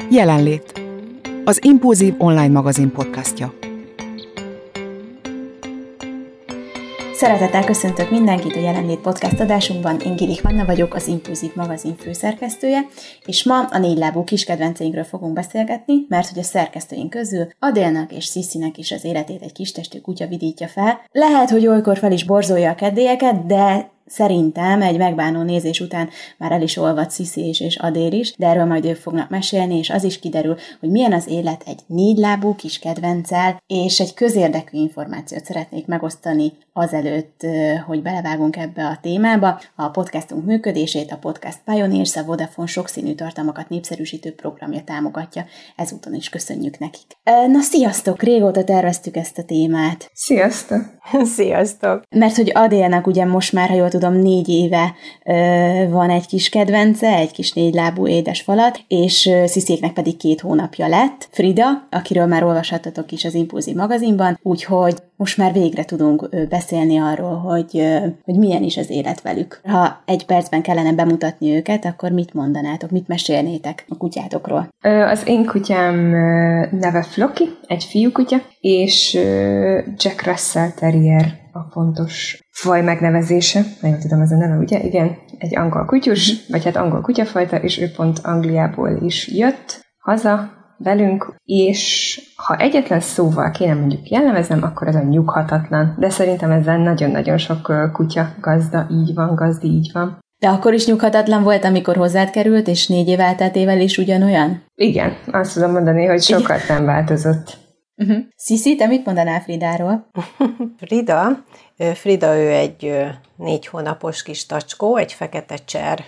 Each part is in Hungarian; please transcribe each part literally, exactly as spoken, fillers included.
Jelenlét. Az Impulzív online magazin podcastja. Szeretettel köszöntök mindenkit a Jelenlét podcast adásunkban. Én Girik Manna vagyok, az Impulzív magazin főszerkesztője, és ma a négylábú kiskedvenceinkről fogunk beszélgetni, mert hogy a szerkesztőink közül Adélnak és Sziszinek is az életét egy kistestű kutya vidítja fel. Lehet, hogy olykor fel is borzolja a kedélyeket, de szerintem egy megbánó nézés után már el is olvad Sziszi is és Adél is, de erről majd ők fognak mesélni, és az is kiderül, hogy milyen az élet egy négylábú kis kedvenccel, és egy közérdekű információt szeretnék megosztani azelőtt, hogy belevágunk ebbe a témába. A podcastunk működését a Podcast Pioneers, a Vodafone sokszínű tartalmakat népszerűsítő programja támogatja. Ezúton is köszönjük nekik. Na sziasztok! Régóta terveztük ezt a témát. Sziasztok! Sziasztok! Mert hogy Adélnak ugye most már, ha jól tudom, négy éve ö, van egy kis kedvence, egy kis négylábú édesfalat, és ö, Sziszéknek pedig két hónapja lett. Frida, akiről már olvashattatok is az Impulzív magazinban, úgyhogy most már végre tudunk ö, beszélni arról, hogy, ö, hogy milyen is az élet velük. Ha egy percben kellene bemutatni őket, akkor mit mondanátok, mit mesélnétek a kutyátokról? Az én kutyám neve Floki, egy fiúkutya, és Jack Russell Terrier a pontos faj megnevezése. Na jól tudom, ez a neve, ugye? Igen, egy angol kutyus, vagy hát angol kutyafajta, és ő pont Angliából is jött haza velünk, és ha egyetlen szóval kéne mondjuk jellemeznem, akkor ez a nyughatatlan. De szerintem ezzel nagyon-nagyon sok kutya gazda így van, gazdi így van. De akkor is nyughatatlan volt, amikor hozzád került, és négy év elteltével is ugyanolyan? Igen, azt tudom mondani, hogy sokat nem változott. Uh-huh. Sziszi, te mit mondanál Fridáról? Frida? Frida ő egy négy hónapos kis tacskó, egy fekete cser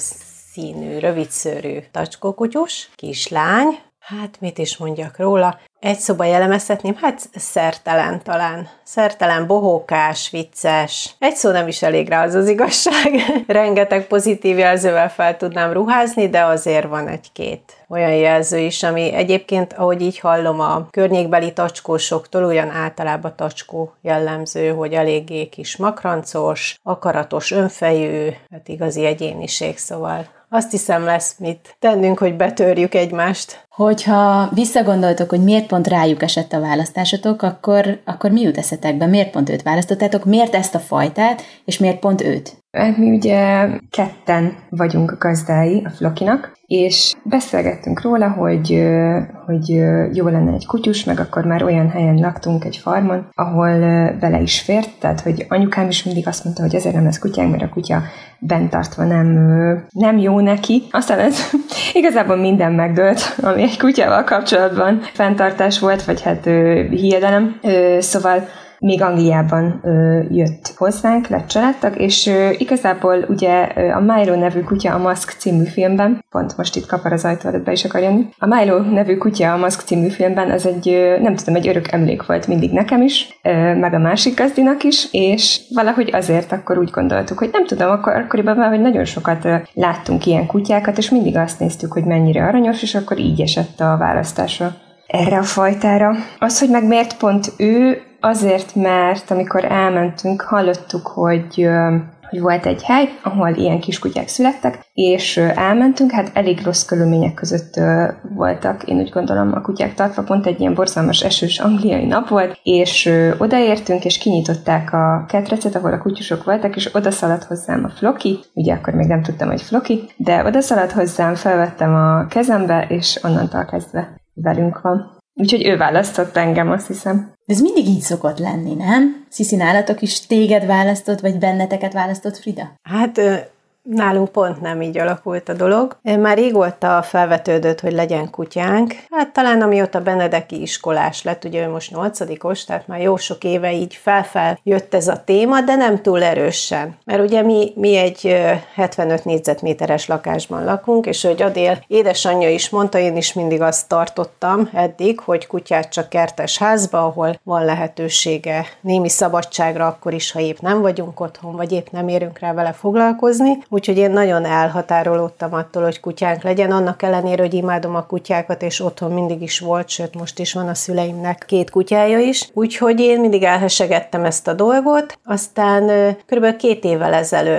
színű, rövidszőrű tacskókutyus, kislány. Hát mit is mondjak róla? Egy szóba jellemezhetném, hát szertelen talán. Szertelen, bohókás, vicces. Egy szó nem is elég rá, az az igazság. Rengeteg pozitív jelzővel fel tudnám ruházni, de azért van egy-két olyan jelző is, ami egyébként, ahogy így hallom a környékbeli tacskósoktól, ugyan általában tacskó jellemző, hogy eléggé kis makrancos, akaratos, önfejű, hát igazi egyéniség, szóval azt hiszem lesz mit tennünk, hogy betörjük egymást. Hogyha visszagondoltok, hogy miért pont rájuk esett a választásotok, akkor, akkor mi jut eszetekbe? Miért pont őt választottátok? Miért ezt a fajtát, és miért pont őt? Hát mi ugye ketten vagyunk a gazdái a Flokinak, és beszélgettünk róla, hogy, hogy jó lenne egy kutyus, meg akkor már olyan helyen laktunk egy farmon, ahol bele is fért, tehát hogy anyukám is mindig azt mondta, hogy ezért nem lesz kutyánk, mert a kutya bent tartva nem, nem jó neki. Aztán ez igazából minden megdőlt, ami egy kutyával kapcsolatban fenntartás volt, vagy hát hiedelem. Szóval még Angliában ö, jött hozzánk, lett családtag, és ö, igazából ugye ö, a Milo nevű kutya a Mask című filmben, pont most itt kapar az ajtó előtt, be is akar jönni. A Milo nevű kutya a Mask című filmben, az egy, ö, nem tudom, egy örök emlék volt mindig nekem is, ö, meg a másik gazdinak is, és valahogy azért akkor úgy gondoltuk, hogy nem tudom, akkor, akkoriban már, hogy nagyon sokat ö, láttunk ilyen kutyákat, és mindig azt néztük, hogy mennyire aranyos, és akkor így esett a választásra erre a fajtára. Az, hogy meg miért pont ő, azért, mert amikor elmentünk, hallottuk, hogy, hogy volt egy hely, ahol ilyen kiskutyák születtek, és elmentünk, hát elég rossz körülmények között voltak, én úgy gondolom, a kutyák tartva, pont egy ilyen borzalmas esős angliai nap volt, és odaértünk, és kinyitották a ketrecet, ahol a kutyusok voltak, és odaszaladt hozzám a Floki, ugye akkor még nem tudtam, hogy Floki, de odaszaladt hozzám, felvettem a kezembe, és onnantól kezdve velünk van. Úgyhogy ő választott engem, azt hiszem. De ez mindig így szokott lenni, nem? Sziszi, nálatok is téged választott, vagy benneteket választott Frida? Hát nálunk pont nem így alakult a dolog. Már régóta felvetődött, hogy legyen kutyánk. Hát talán amióta Benedeki iskolás lett, ugye ő most nyolcadikos, tehát már jó sok éve így felfel jött ez a téma, de nem túl erősen. Mert ugye mi, mi egy hetvenöt négyzetméteres lakásban lakunk, és hogy Adél édesanyja is mondta, én is mindig azt tartottam eddig, hogy kutyát csak kertes házba, ahol van lehetősége némi szabadságra, akkor is, ha épp nem vagyunk otthon, vagy épp nem érünk rá vele foglalkozni. Úgyhogy én nagyon elhatárolódtam attól, hogy kutyánk legyen, annak ellenére, hogy imádom a kutyákat, és otthon mindig is volt, sőt most is van a szüleimnek két kutyája is. Úgyhogy én mindig elhesegettem ezt a dolgot, aztán körülbelül két évvel ezelőtt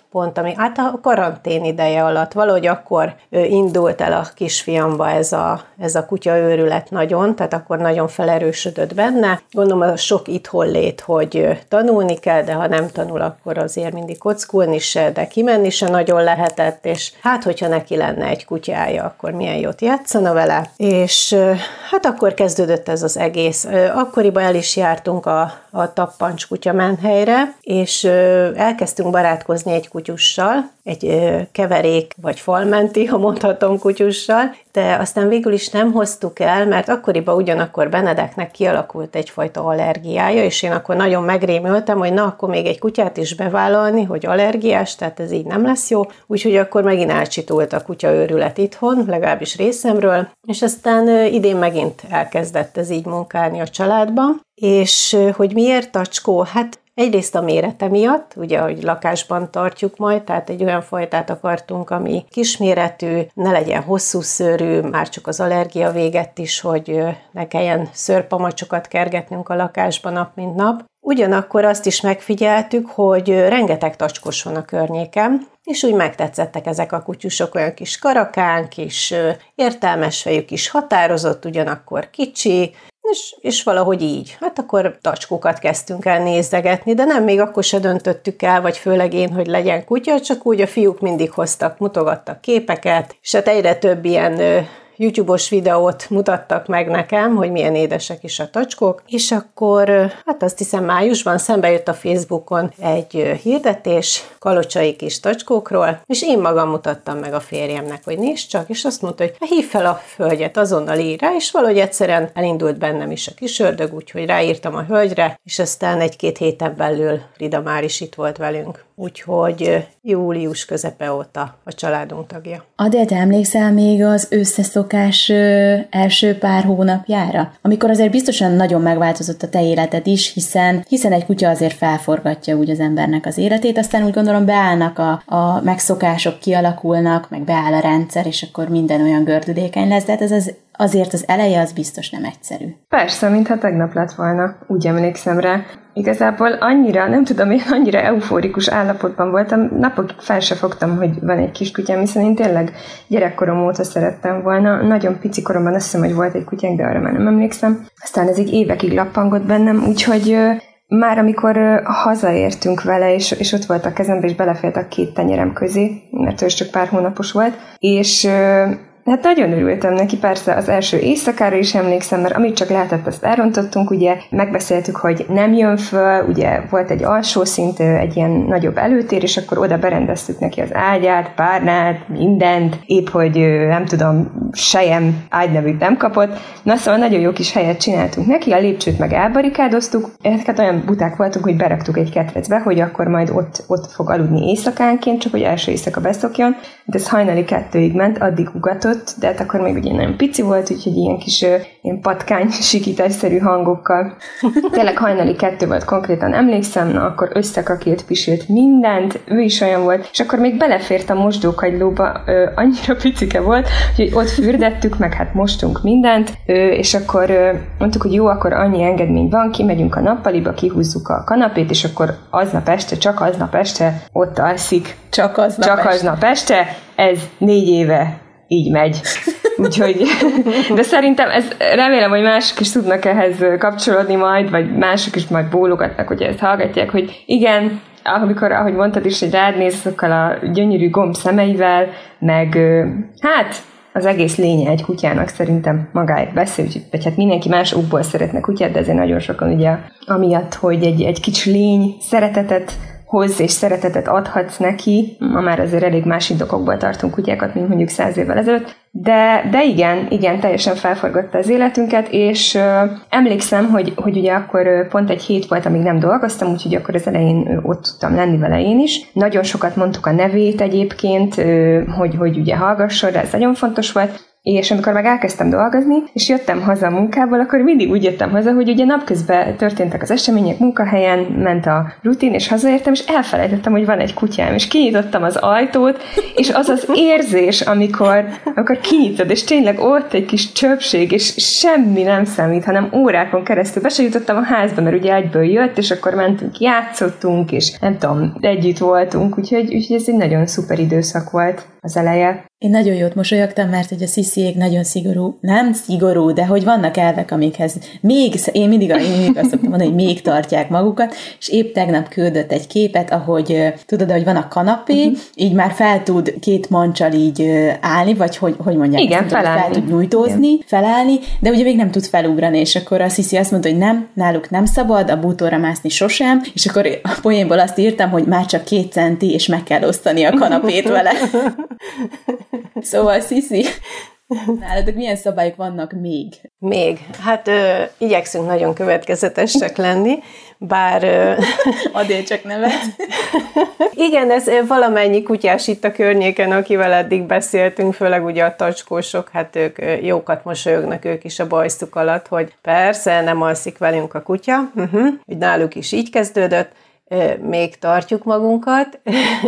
pont, ami hát a karantén ideje alatt valahogy akkor indult el a kisfiamba ez a, ez a kutyaőrület nagyon, tehát akkor nagyon felerősödött benne. Gondolom a sok itthon lét, hogy tanulni kell, de ha nem tanul, akkor azért mindig kockulni se, de kimenni se nagyon lehetett, és hát, hogyha neki lenne egy kutyája, akkor milyen jót játszana vele, és hát akkor kezdődött ez az egész. Akkoriban el is jártunk a, a Tappancs kutyamenhelyre, és elkezdtünk barátkozni egy kutyussal, egy keverék vagy falmenti, ha mondhatom, kutyussal, de aztán végül is nem hoztuk el, mert akkoriban ugyanakkor Benedeknek kialakult egyfajta allergiája, és én akkor nagyon megrémültem, hogy na, akkor még egy kutyát is bevállalni, hogy allergiás, tehát ez így nem lesz jó, úgyhogy akkor megint elcsitult a kutyaőrület itthon, legalábbis részemről, és aztán idén megint elkezdett ez így munkálni a családban, és hogy miért tacskó? Hát egyrészt a mérete miatt, ugye, hogy lakásban tartjuk majd, tehát egy olyan fajtát akartunk, ami kisméretű, ne legyen hosszú szőrű, már csak az allergia véget is, hogy ne kelljen szőrpamacsokat kergetnünk a lakásban nap mint nap. Ugyanakkor azt is megfigyeltük, hogy rengeteg tacskos van a környéken, és úgy megtetszettek ezek a kutyusok, olyan kis karakán, kis értelmes fejű, kis határozott, ugyanakkor kicsi, És, és valahogy így. Hát akkor tacskókat kezdtünk el nézegetni, de nem, még akkor se döntöttük el, vagy főleg én, hogy legyen kutya, csak úgy a fiúk mindig hoztak, mutogattak képeket, és hát egyre több ilyen YouTube-os videót mutattak meg nekem, hogy milyen édesek is a tacskók, és akkor hát azt hiszem májusban szembe jött a Facebookon egy hirdetés kalocsai kis tacskókról, és én magam mutattam meg a férjemnek, hogy nézd csak, és azt mondta, hogy hívj fel a hölgyet, azonnal ír rá, és valahogy egyszerűen elindult bennem is a kis ördög, úgyhogy ráírtam a hölgyre, és aztán egy-két héten belül Frida már is itt volt velünk. Úgyhogy július közepe óta a családunk tagja. Adél, te emlékszel még az összeszokás első pár hónapjára? Amikor azért biztosan nagyon megváltozott a te életed is, hiszen, hiszen egy kutya azért felforgatja úgy az embernek az életét, aztán úgy gondolom beállnak a, a megszokások, kialakulnak, meg beáll a rendszer, és akkor minden olyan gördülékeny lesz, de hát ez az azért az eleje az biztos nem egyszerű. Persze, mintha tegnap lett volna, úgy emlékszem rá. Igazából annyira, nem tudom, én annyira eufórikus állapotban voltam, napokig fel se fogtam, hogy van egy kis kutyám, hiszen én tényleg gyerekkorom óta szerettem volna. Nagyon pici koromban azt hiszem, hogy volt egy kutyánk, de arra már nem emlékszem. Aztán ez így évekig lappangott bennem, úgyhogy már amikor hazaértünk vele, és, és ott volt a kezembe, és belefért a két tenyerem közé, mert ő is csak pár hónapos volt, és hát nagyon örültem neki, persze az első éjszakára is emlékszem, mert amit csak lehetett, azt elrontottunk, ugye megbeszéltük, hogy nem jön föl, ugye volt egy alsó szint, egy ilyen nagyobb előtér, és akkor oda berendeztük neki az ágyát, párnát, mindent, épp hogy nem tudom, sejem ágynevűt nem kapott. Na szóval nagyon jó kis helyet csináltunk neki, a lépcsőt meg elbarikádoztuk, hát olyan buták voltunk, hogy beraktuk egy ketrecbe, hogy akkor majd ott, ott fog aludni éjszakánként, csak hogy első éjszaka beszokjon, de ez hajnali kettőig ment, addig ugatott, de hát akkor még ugye nagyon pici volt, úgyhogy ilyen kis ilyen patkány sikításszerű hangokkal. Tényleg hajnali kettő volt konkrétan, emlékszem, na akkor összekakélt, pisélt mindent, ő is olyan volt, és akkor még belefért a mosdókagylóba, ö, annyira picike volt, hogy ott fürdettük, meg hát mostunk mindent, ö, és akkor ö, mondtuk, hogy jó, akkor annyi engedmény van, kimegyünk a nappaliba, kihúzzuk a kanapét, és akkor aznap este, csak aznap este ott alszik. Csak aznap Csak este. aznap este, ez négy éve így megy. Úgyhogy, de szerintem ez, remélem, hogy mások is tudnak ehhez kapcsolódni majd, vagy mások is majd bólogatnak, hogy ezt hallgatják, hogy igen, amikor, ahogy mondtad is, hogy rád néz azokkal a gyönyörű gomb szemeivel, meg hát az egész lénye egy kutyának szerintem magáért beszél, vagy hát mindenki más okból szeretne kutyát, de azért nagyon sokan ugye amiatt, hogy egy, egy kicsi lény szeretetet hoz és szeretetet adhatsz neki, ma már azért elég más indokokból tartunk kutyákat, mint mondjuk száz évvel ezelőtt, de, de igen, igen, teljesen felforgatta az életünket, és uh, emlékszem, hogy, hogy ugye akkor uh, pont egy hét volt, amíg nem dolgoztam, úgyhogy akkor az elején uh, ott tudtam lenni vele én is. Nagyon sokat mondtuk a nevét egyébként, uh, hogy, hogy ugye hallgasson, de ez nagyon fontos volt, És amikor meg elkezdtem dolgozni, és jöttem haza a munkából, akkor mindig úgy jöttem haza, hogy ugye napközben történtek az események, munkahelyen ment a rutin, és hazaértem, és elfelejtettem, hogy van egy kutyám, és kinyitottam az ajtót, és az az érzés, amikor, amikor kinyitod, és tényleg ott egy kis csöpség, és semmi nem számít, hanem órákon keresztül be se jutottam a házba, mert ugye egyből jött, és akkor mentünk, játszottunk, és nem tudom, együtt voltunk, úgyhogy, úgyhogy ez egy nagyon szuper időszak volt az eleje. Én nagyon jót mosolyogtam, mert hogy a Szisziék nagyon szigorú, nem szigorú, de hogy vannak elvek, amikhez még, én mindig, én mindig azt szoktam mondani, hogy még tartják magukat, és épp tegnap küldött egy képet, ahogy tudod, hogy van a kanapé, uh-huh. így már fel tud két mancsal így állni, vagy hogy, hogy mondják, igen, ezt, felállni. Fel tud nyújtózni, igen. felállni, de ugye még nem tud felugrani, és akkor a Sziszi azt mondta, hogy nem, náluk nem szabad, a bútorra mászni sosem, és akkor a poénból azt írtam, hogy már csak két centi, és meg kell osztani a kanapét vele. Szóval, Sziszi, nálatok milyen szabályok vannak még? Még. Hát ö, igyekszünk nagyon következetesek lenni, bár... Ö, Adél csak nevet. Igen, ez valamennyi kutyás itt a környéken, akivel eddig beszéltünk, főleg ugye a tacskósok, hát ők jókat mosolyognak ők is a bajszuk alatt, hogy persze, nem alszik velünk a kutya, uh-huh. Úgy náluk is így kezdődött. Még tartjuk magunkat.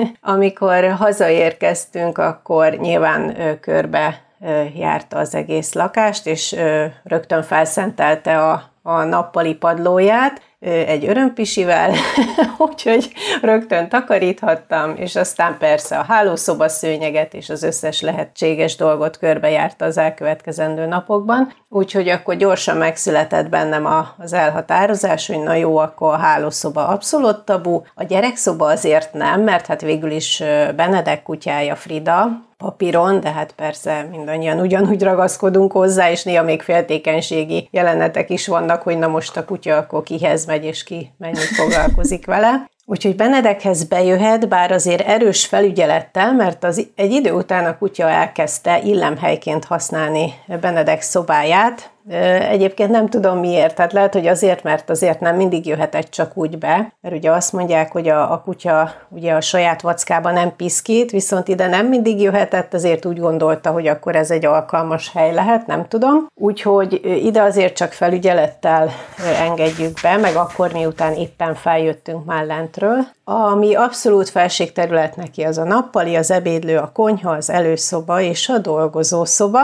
Amikor hazaérkeztünk, akkor nyilván körbe járta az egész lakást, és rögtön felszentelte a, a nappali padlóját egy örömpisivel, úgyhogy rögtön takaríthattam, és aztán persze a hálószoba szőnyeget és az összes lehetséges dolgot körbejárta az elkövetkezendő napokban, úgyhogy akkor gyorsan megszületett bennem az elhatározás, hogy na jó, akkor a hálószoba abszolút tabu, a gyerekszoba azért nem, mert hát végül is Benedek kutyája Frida, papíron, de hát persze mindannyian ugyanúgy ragaszkodunk hozzá, és néha még féltékenységi jelenetek is vannak, hogy na most a kutya akkor kihez megy, és ki mennyit foglalkozik vele. Úgyhogy Benedekhez bejöhet, bár azért erős felügyelettel, mert az egy idő után a kutya elkezdte illemhelyként használni Benedek szobáját. Egyébként nem tudom miért, tehát lehet, hogy azért, mert azért nem mindig jöhetett csak úgy be, mert ugye azt mondják, hogy a, a kutya ugye a saját vackában nem piszkít, viszont ide nem mindig jöhetett, azért úgy gondolta, hogy akkor ez egy alkalmas hely lehet, nem tudom. Úgyhogy ide azért csak felügyelettel engedjük be, meg akkor miután éppen feljöttünk már lentről. Ami abszolút felségterület neki, az a nappali, az ebédlő, a konyha, az előszoba és a dolgozószoba,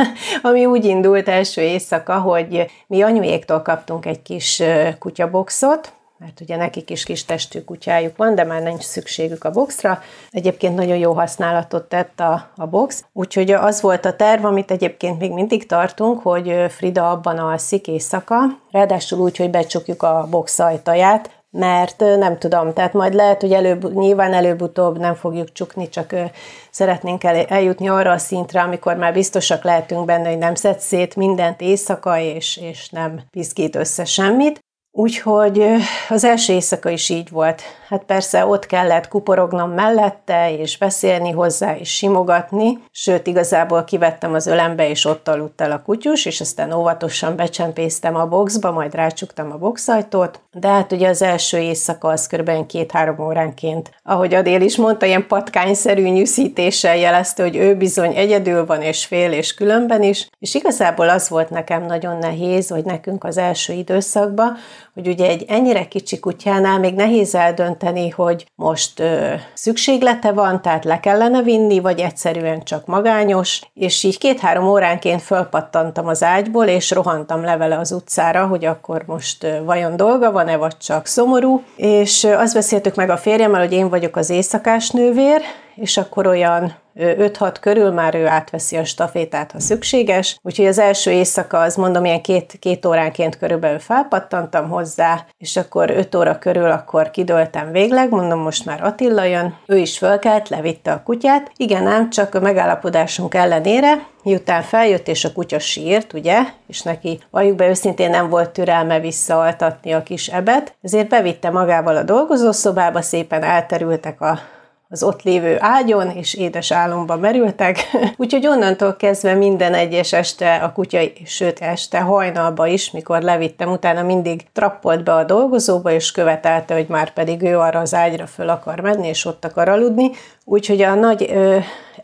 ami úgy indult első éjszaka, hogy mi anyujéktól kaptunk egy kis kutyaboxot, mert ugye nekik is kis testű kutyájuk van, de már nincs szükségük a boxra. Egyébként nagyon jó használatot tett a, a box, úgyhogy az volt a terv, amit egyébként még mindig tartunk, hogy Frida abban alszik éjszaka, ráadásul úgy, hogy becsukjuk a box ajtaját, mert nem tudom, tehát majd lehet, hogy előbb, nyilván előbb-utóbb nem fogjuk csukni, csak szeretnénk el, eljutni arra a szintre, amikor már biztosak lehetünk benne, hogy nem szed szét mindent éjszaka, és, és nem piszkít össze semmit. Úgyhogy az első éjszaka is így volt. Hát persze ott kellett kuporognom mellette, és beszélni hozzá, és simogatni, sőt igazából kivettem az ölembe, és ott aludt el a kutyus, és aztán óvatosan becsempésztem a boxba, majd rácsuktam a boxajtót, de hát ugye az első éjszaka az kb. két-három óránként, ahogy Adél is mondta, ilyen patkányszerű nyűszítéssel jelezte, hogy ő bizony egyedül van, és fél, és különben is, és igazából az volt nekem nagyon nehéz, hogy nekünk az első időszakban, hogy ugye egy ennyire kicsi kutyánál még nehéz eldönteni, hogy most ö, szükséglete van, tehát le kellene vinni, vagy egyszerűen csak magányos, és így két-három óránként fölpattantam az ágyból, és rohantam le vele az utcára, hogy akkor most ö, vajon dolga van-e, vagy csak szomorú, és ö, azt beszéltük meg a férjemmel, hogy én vagyok az éjszakás nővér, és akkor olyan öt-hat körül már ő átveszi a stafétát, ha szükséges. Úgyhogy az első éjszaka, az mondom, ilyen két, két óránként körülbelül felpattantam hozzá, és akkor öt óra körül akkor kidőltem végleg, mondom, most már Attila jön. Ő is fölkelt, levitte a kutyát. Igen, ám csak a megállapodásunk ellenére, miután feljött és a kutya sírt, ugye, és neki valljuk be őszintén nem volt türelme visszaaltatni a kis ebet, ezért bevitte magával a dolgozószobába, szépen elterültek a az ott lévő ágyon, és édes álomba merültek. Úgyhogy onnantól kezdve minden egyes este a kutya, sőt este hajnalba is, mikor levittem, utána mindig trappolt be a dolgozóba, és követelte, hogy már pedig ő arra az ágyra föl akar menni, és ott akar aludni. Úgyhogy a nagy ö,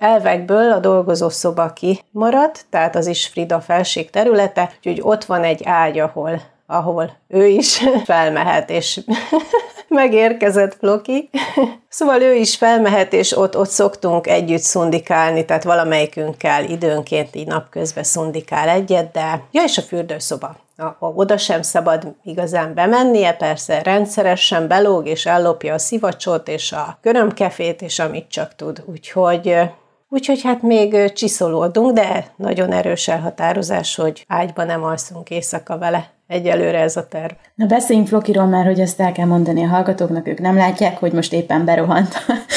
elvekből a dolgozószoba kimaradt, tehát az is Frida felség területe, úgyhogy ott van egy ágy, ahol, ahol ő is felmehet, és megérkezett Floki. Szóval ő is felmehet, és ott, ott szoktunk együtt szundikálni, tehát valamelyikünkkel időnként így napközben szundikál egyet, de... Ja, és a fürdőszoba. A, oda sem szabad igazán bemennie, persze rendszeresen belóg, és ellopja a szivacsot, és a körömkefét, és amit csak tud. Úgyhogy... Úgyhogy hát még csiszolódunk, de nagyon erős elhatározás, hogy ágyban nem alszunk éjszaka vele. Egyelőre ez a terv. Na beszéljünk Flokiról már, hogy azt el kell mondani a hallgatóknak, ők nem látják, hogy most éppen berohant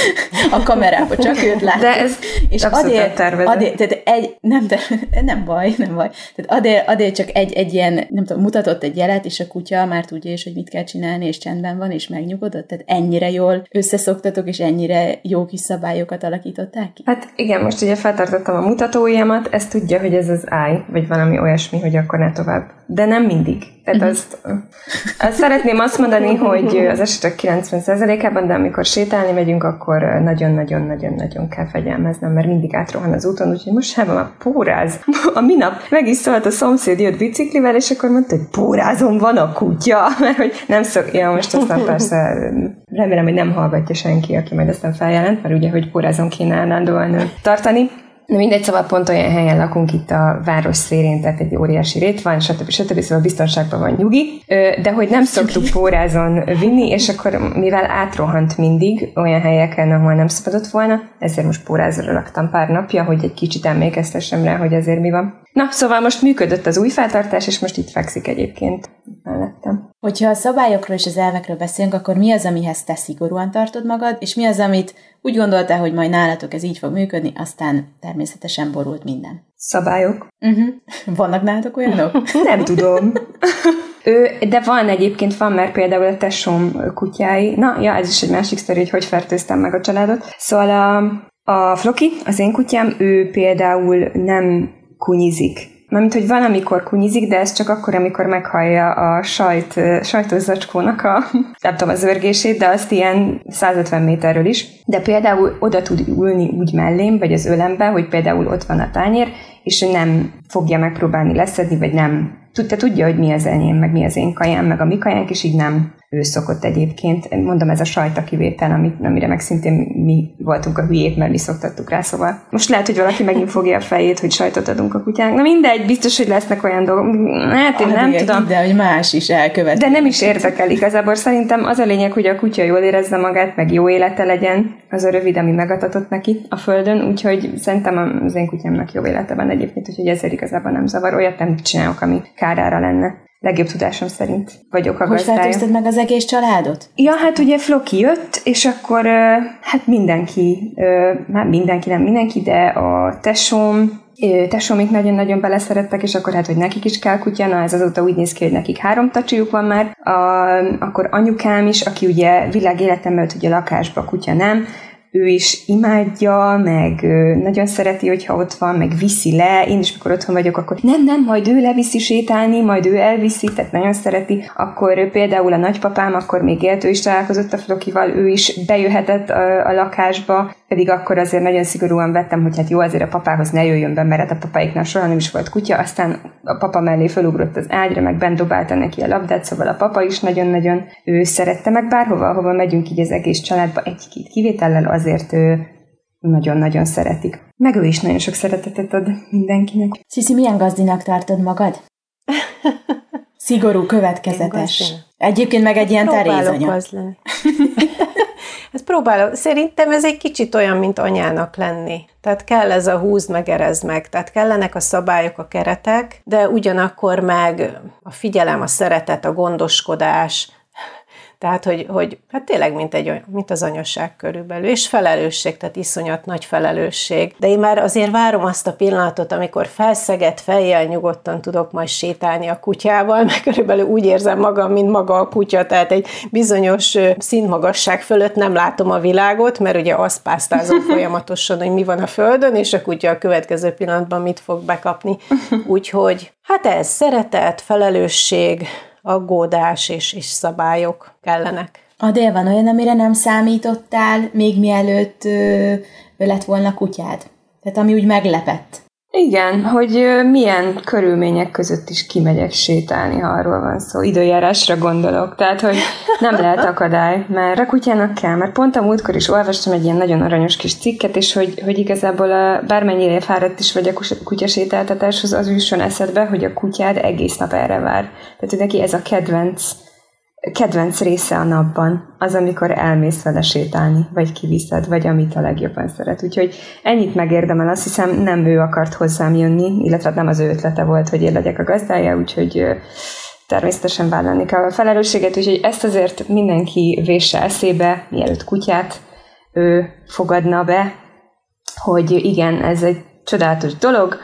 a kamerába, csak őt látják. De ez és adél, adél, tehát egy, nem, de, nem baj, nem baj. Tehát adél, adél csak egy, egy ilyen, nem tudom, mutatott egy jelet, és a kutya már tudja is, hogy mit kell csinálni, és csendben van, és megnyugodott. Tehát ennyire jól összeszoktatok, és ennyire jó kis szabályokat alakították ki? Hát igen, most ugye feltartottam a mutatóimat, ezt tudja, hogy ez az áj, vagy valami olyasmi, hogy akkor ne tovább. De nem mindig. Tehát azt, azt szeretném azt mondani, hogy az esetek kilencven százalékában, de amikor sétálni megyünk, akkor nagyon-nagyon-nagyon-nagyon kell fegyelmeznem, mert mindig átrohan az úton, úgyhogy most sem már póráz. A minap meg is szólt a szomszéd, jött biciklivel, és akkor mondta, hogy pórázom van a kutya, mert hogy nem szok... Ja, most aztán persze remélem, hogy nem hallgatja senki, aki majd aztán feljelent, mert ugye, hogy pórázon kéne állandóan tartani. Na mindegy, szóval pont olyan helyen lakunk itt a város szélén, tehát egy óriási rét van, stb. stb. Szóval biztonságban van nyugi, de hogy nem szoktuk pórázon vinni, és akkor mivel átrohant mindig olyan helyeken, ahol nem szabadott volna, ezért most pórázra laktam pár napja, hogy egy kicsit emlékeztessem rá, hogy azért mi van. Na, szóval most működött az új feltartás, és most itt fekszik egyébként mellettem. Hogyha a szabályokról és az elvekről beszélünk, akkor mi az, amihez te szigorúan tartod magad, és mi az, amit úgy gondoltál, hogy majd nálatok ez így fog működni, aztán természetesen borult minden. Szabályok. Uh-huh. Vannak nálatok olyanok? Nem tudom. Ő, de van egyébként, van már például a tesóm kutyái. Na, ja, ez is egy másik sztori, hogy hogy fertőztem meg a családot. Szóval a, a Floki, az én kutyám, ő például nem kunyizik. Mármint, hogy van, amikor kunyizik, de ez csak akkor, amikor meghallja a sajt, sajtos zacskónak a, nem tudom, az örgését, de azt ilyen száz ötven méterről is. De például oda tud ülni úgy mellém, vagy az ölembe, hogy például ott van a tányér, és ő nem fogja megpróbálni leszedni, vagy nem. Te tudja, hogy mi az enyém, meg mi az én kajám, meg a mi kajánk, és így nem ő szokott egyébként. Mondom, ez a sajta kivétel, amit, amire meg szintén mi voltunk a hülyék, mert mi szoktattuk rá, szóval. Most lehet, hogy valaki megint fogja a fejét, hogy sajtot adunk a kutyának. Na mindegy, biztos, hogy lesznek olyan dolgok. Hát én nem tudom. De hogy más is elkövet. De nem is érdekel igazából. Szerintem az a lényeg, hogy a kutya jól érezze magát, meg jó élete legyen. Az a rövid, ami megadatott neki a földön, úgyhogy szerintem az én kutyámnak jó élete van egyébként, úgyhogy ezért igazából nem zavar. Olyat nem csinálok, ami kárára lenne. Legjobb tudásom szerint vagyok a gazdája. Hogy fertőzted meg az egész családot? Ja, hát ugye Floki jött, és akkor hát mindenki, hát mindenki, nem mindenki, de a tesóm, tesómik nagyon-nagyon beleszerettek, és akkor hát, hogy nekik is kell kutya, na ez azóta úgy néz ki, hogy nekik három tacsijuk van már, a, akkor anyukám is, aki ugye világéletemben, hogy a lakásba kutya nem, ő is imádja, meg nagyon szereti, hogyha ott van, meg viszi le. Én is, mikor otthon vagyok, akkor nem, nem, majd ő leviszi sétálni, majd ő elviszi, tehát nagyon szereti. Akkor például a nagypapám, akkor még élt, ő is találkozott a Flokival, ő is bejöhetett a, a lakásba, pedig akkor azért nagyon szigorúan vettem, hogy hát jó, azért a papához ne jöjjön be, mert a papáiknál soha nem is volt kutya, aztán a papa mellé felugrott az ágyra, meg bent dobálta neki a labdát, szóval a papa is nagyon-nagyon ő szerette, meg bárhova, ahova megyünk így az egész családba, egy-két kivétellel azért ő nagyon-nagyon szeretik. Meg ő is nagyon sok szeretetet ad mindenkinek. Sziszi, milyen gazdinak tartod magad? Szigorú, következetes. Egyébként meg egy ilyen Terézanya. Ezt próbálom. Szerintem ez egy kicsit olyan, mint anyának lenni. Tehát kell ez a húzd meg, erezd meg. Tehát kellenek a szabályok, a keretek, de ugyanakkor meg a figyelem, a szeretet, a gondoskodás. Tehát, hogy, hogy hát tényleg mint, egy, mint az anyaság körülbelül. És felelősség, tehát iszonyat nagy felelősség. De én már azért várom azt a pillanatot, amikor felszegett fejjel nyugodtan tudok majd sétálni a kutyával, mert körülbelül úgy érzem magam, mint maga a kutya, tehát egy bizonyos színmagasság fölött nem látom a világot, mert ugye azt pásztázom folyamatosan, hogy mi van a földön, és a kutya a következő pillanatban mit fog bekapni. Úgyhogy hát ez szeretet, felelősség, aggódás és, és szabályok kellenek. Adél, van olyan, amire nem számítottál, még mielőtt ö, lett volna kutyád? Tehát ami úgy meglepett. Igen, hogy milyen körülmények között is kimegyek sétálni, ha arról van szó. Időjárásra gondolok. Tehát, hogy nem lehet akadály, mert a kutyának kell. Mert pont a múltkor is olvastam egy ilyen nagyon aranyos kis cikket, és hogy, hogy igazából a, bármennyire fáradt is vagy a kutyasétáltatáshoz, az jusson eszedbe, hogy a kutyád egész nap erre vár. Tehát, hogy neki ez a kedvenc kedvenc része a napban, az, amikor elmész vele sétálni, vagy kiviszed, vagy amit a legjobban szeret. Úgyhogy ennyit megérdemel, azt hiszem, nem ő akart hozzám jönni, illetve nem az ő ötlete volt, hogy én legyek a gazdája, úgyhogy természetesen vállalni kell a felelősséget, úgyhogy ezt azért mindenki vésse eszébe, mielőtt kutyát ő fogadna be, hogy igen, ez egy csodálatos dolog,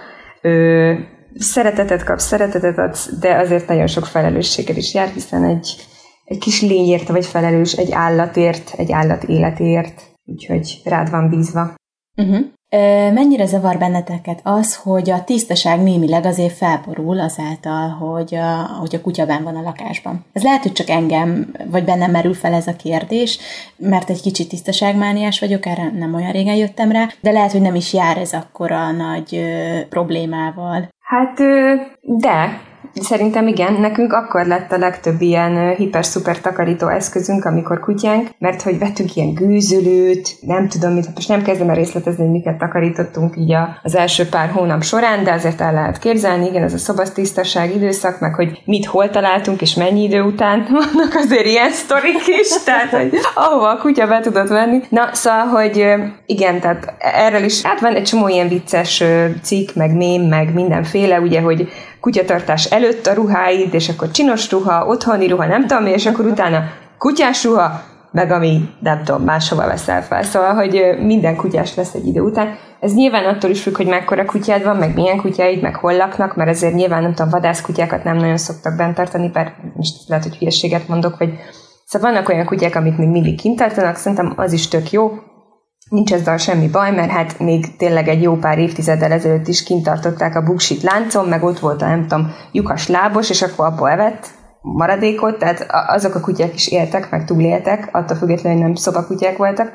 ő szeretetet kapsz, szeretetet adsz, de azért nagyon sok felelősséggel is jár, hiszen egy egy kis lényért vagy felelős, egy állatért, egy állat életért, úgyhogy rád van bízva. Uh-huh. Mennyire zavar benneteket az, hogy a tisztaság némileg azért felborul azáltal, hogy a, hogy a kutya benn van a lakásban? Ez lehet, hogy csak engem, vagy bennem merül fel ez a kérdés, mert egy kicsit tisztaságmániás vagyok, erre nem olyan régen jöttem rá, de lehet, hogy nem is jár ez akkora nagy ö, problémával. Hát, de... Szerintem igen, nekünk akkor lett a legtöbb ilyen hiper-szuper takarító eszközünk, amikor kutyánk, mert hogy vettünk ilyen gőzölőt, nem tudom mit, most nem kezdem el részletezni, hogy miket takarítottunk így az első pár hónap során, de azért el lehet képzelni, igen, ez a szobatisztaság időszak, meg hogy mit hol találtunk, és mennyi idő után vannak azért ilyen sztorik is, tehát hogy ahova a kutya be tudott venni. Na, szóval, hogy igen, tehát erről is, hát van egy csomó ilyen vicces cikk, meg mém, meg mindenféle, ugye, hogy kutyatartás előtt a ruháid, és akkor csinos ruha, otthoni ruha, nem tudom, és akkor utána kutyás ruha, meg ami, nem tudom, máshova veszel fel. Szóval, hogy minden kutyás lesz egy idő után. Ez nyilván attól is függ, hogy mekkora kutyád van, meg milyen kutyáid, meg hol laknak, mert ezért nyilván, nem tudom, vadászkutyákat nem nagyon szoktak bent tartani, bár most lehet, hogy hülyeséget mondok, vagy szóval vannak olyan kutyák, amik még mindig kint tartanak, szerintem az is tök jó. Nincs ezzel semmi baj, mert hát még tényleg egy jó pár évtizeddel ezelőtt is kint tartották a buksit láncon, meg ott volt a, nem tudom, lyukas lábos, és akkor abból evett maradékot, tehát azok a kutyák is éltek, meg túléltek, attól függetlenül nem szobakutyák voltak.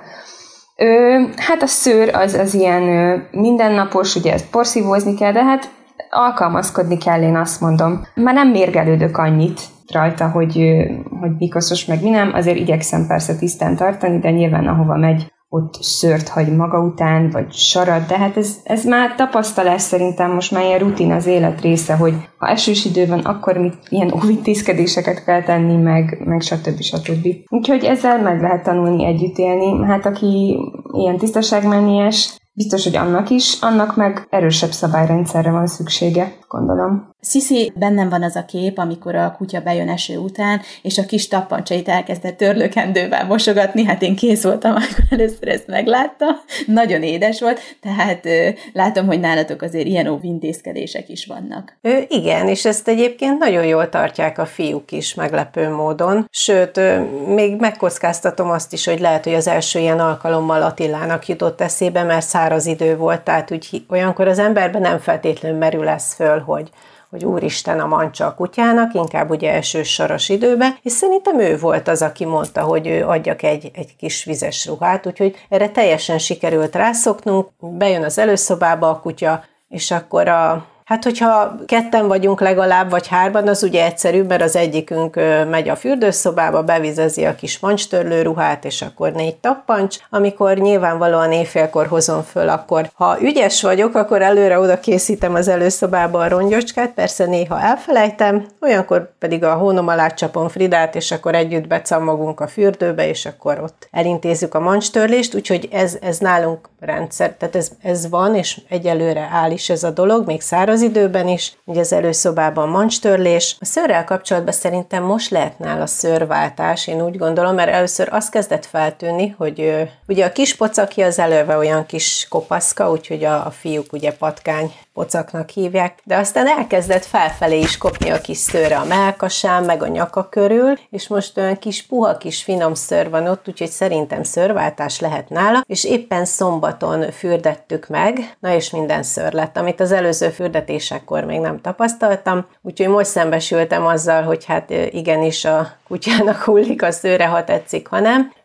Ö, hát a szőr az, az ilyen ö, mindennapos, ugye ezt porszívózni kell, de hát alkalmazkodni kell, én azt mondom. Már nem mérgelődök annyit rajta, hogy, ö, hogy mi koszos, meg mi nem, azért igyekszem persze tisztán tartani, de nyilván ahova megy, ott szőrt hagy maga után, vagy sarat, de hát ez, ez már tapasztalás szerintem, most már ilyen rutin az élet része, hogy ha esős idő van, akkor mit, ilyen óvintézkedéseket kell tenni, meg, meg stb. stb. Úgyhogy ezzel meg lehet tanulni együtt élni. Hát aki ilyen tisztaságmániás, biztos, hogy annak is, annak meg erősebb szabályrendszerre van szüksége, gondolom. Sziszi, bennem van az a kép, amikor a kutya bejön eső után, és a kis tappancsait elkezdett törlőkendővel mosogatni, hát én kész voltam, amikor először ezt meglátta. Nagyon édes volt, tehát ö, látom, hogy nálatok azért ilyen óvintézkedések is vannak. Ö, igen, és ezt egyébként nagyon jól tartják a fiúk is meglepő módon, sőt, ö, még megkockáztatom azt is, hogy lehet, hogy az első ilyen alkalommal Attilának jutott eszébe, mert száraz idő volt, tehát úgy olyankor az emberben nem feltétlenül merül ez föl, hogy hogy úristen, a mancsa a kutyának, inkább ugye esős saras időben, és szerintem ő volt az, aki mondta, hogy ő adjak egy, egy kis vizes ruhát, úgyhogy erre teljesen sikerült rászoknunk, bejön az előszobába a kutya, és akkor a Hát, hogyha ketten vagyunk legalább, vagy hárman, az ugye egyszerűbb, mert az egyikünk megy a fürdőszobába, bevizezi a kis mancstörlő ruhát, és akkor négy tappancs. Amikor nyilvánvalóan éjfélkor hozom föl, akkor ha ügyes vagyok, akkor előre oda készítem az előszobába a rongyocskát, persze néha elfelejtem, olyankor pedig a hónom alá csapom Fridát, és akkor együtt becammogunk a fürdőbe, és akkor ott elintézzük a mancstörlést, úgyhogy ez, ez nálunk rendszer, tehát ez, ez van, és egyelőre áll is ez a dolog, még száraz időben is, ugye az előszobában mancstörlés. A szőrrel kapcsolatban szerintem most lehet nála szőrváltás, én úgy gondolom, mert először azt kezdett feltűnni, hogy ugye a kis pocaki az előve olyan kis kopaszka, úgyhogy a, a fiúk ugye patkány pocaknak hívják, de aztán elkezdett felfelé is kopni a kis szőre a mellkasán, meg a nyaka körül, és most olyan kis puha, kis finom szőr van ott, úgyhogy szerintem szőrváltás lehet nála, és éppen szombaton fürdettük meg, na és minden szőr lett, amit az előző fürdetésekkor még nem tapasztaltam, úgyhogy most szembesültem azzal, hogy hát igenis a kutyának hullik a szőre, ha tetszik, ha nem.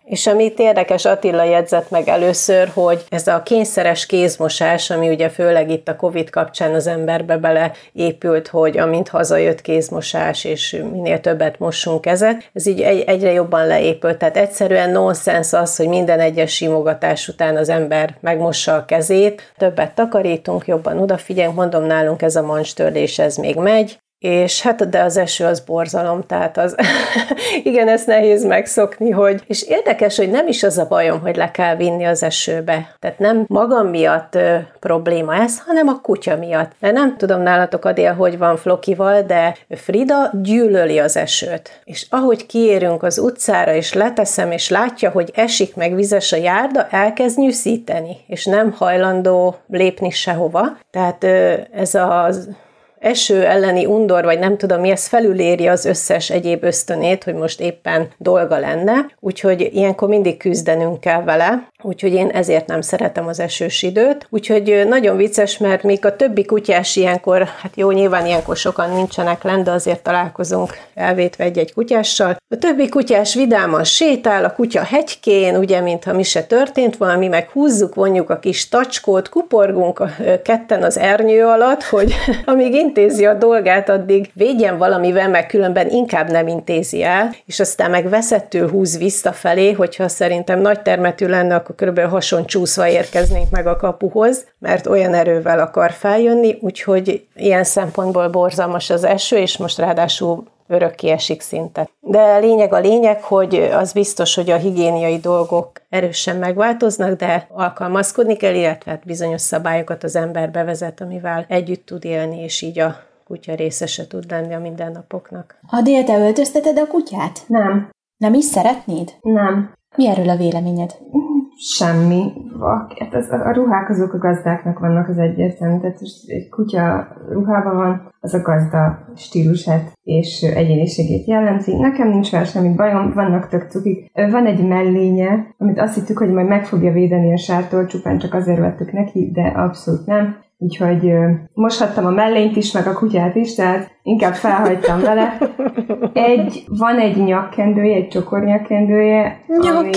És amit érdekes, Attila jegyzett meg először, hogy ez a kényszeres kézmosás, ami ugye főleg itt a Covid kapcsán az emberbe beleépült, hogy amint hazajött kézmosás, és minél többet mossunk kezet, ez így egy, egyre jobban leépült. Tehát egyszerűen nonsens az, hogy minden egyes simogatás után az ember megmossa a kezét, többet takarítunk, jobban odafigyelünk, mondom, nálunk ez a mancstörlés, ez még megy, és hát de az eső az borzalom, tehát az igen, ezt nehéz megszokni, hogy, és érdekes, hogy nem is az a bajom, hogy le kell vinni az esőbe. Tehát nem magam miatt ö, probléma ez, hanem a kutya miatt. Mert nem tudom nálatok, Adél, hogy van Flokival, de Frida gyűlöli az esőt. És ahogy kiérünk az utcára, és leteszem, és látja, hogy esik meg vizes a járda, elkezd nyűszíteni, és nem hajlandó lépni sehova. Tehát ö, ez az eső elleni undor, vagy nem tudom mi, ez felüléri az összes egyéb ösztönét, hogy most éppen dolga lenne, úgyhogy ilyenkor mindig küzdenünk kell vele, úgyhogy én ezért nem szeretem az esős időt, úgyhogy nagyon vicces, mert még a többi kutyás ilyenkor, hát jó, nyilván ilyenkor sokan nincsenek lenn, de azért találkozunk elvétve egy-egy kutyással. A többi kutyás vidáman sétál, a kutya hegykén, ugye, mintha mi se történt volna, mi meg húzzuk, vonjuk a kis tacskót, kuporgunk a, ketten az ernyő alatt, hogy amíg intézi a dolgát, addig védjen valamivel, meg különben inkább nem intézi el, és aztán meg veszettül húz visszafelé, hogyha szerintem nagy termetű lenne, akkor körülbelül hason csúszva érkeznénk meg a kapuhoz, mert olyan erővel akar feljönni, úgyhogy ilyen szempontból borzalmas az eső, és most ráadásul örökké esik szinte. De lényeg a lényeg, hogy az biztos, hogy a higiéniai dolgok erősen megváltoznak, de alkalmazkodni kell, illetve bizonyos szabályokat az ember bevezet, amivel együtt tud élni, és így a kutya része tud lenni a mindennapoknak. Adél, te öltözteted a kutyát? Nem. Nem is szeretnéd? Nem. Mi erről a véleményed? Semmi. Hát az, a ruhák azok a gazdáknak vannak, az egyértelmű. Tehát egy kutya ruhában van, az a gazda stílusát és egyéniségét jellemzi. Nekem nincs vele semmi bajom, vannak tök cukik. Van egy mellénye, amit azt hittük, hogy majd meg fogja védeni a sártól, csupán csak azért vettük neki, de abszolút nem. Úgyhogy moshattam a mellényt is, meg a kutyát is, tehát inkább felhagytam vele. Egy, van egy nyakkendője, egy csokornyakkendője, ami,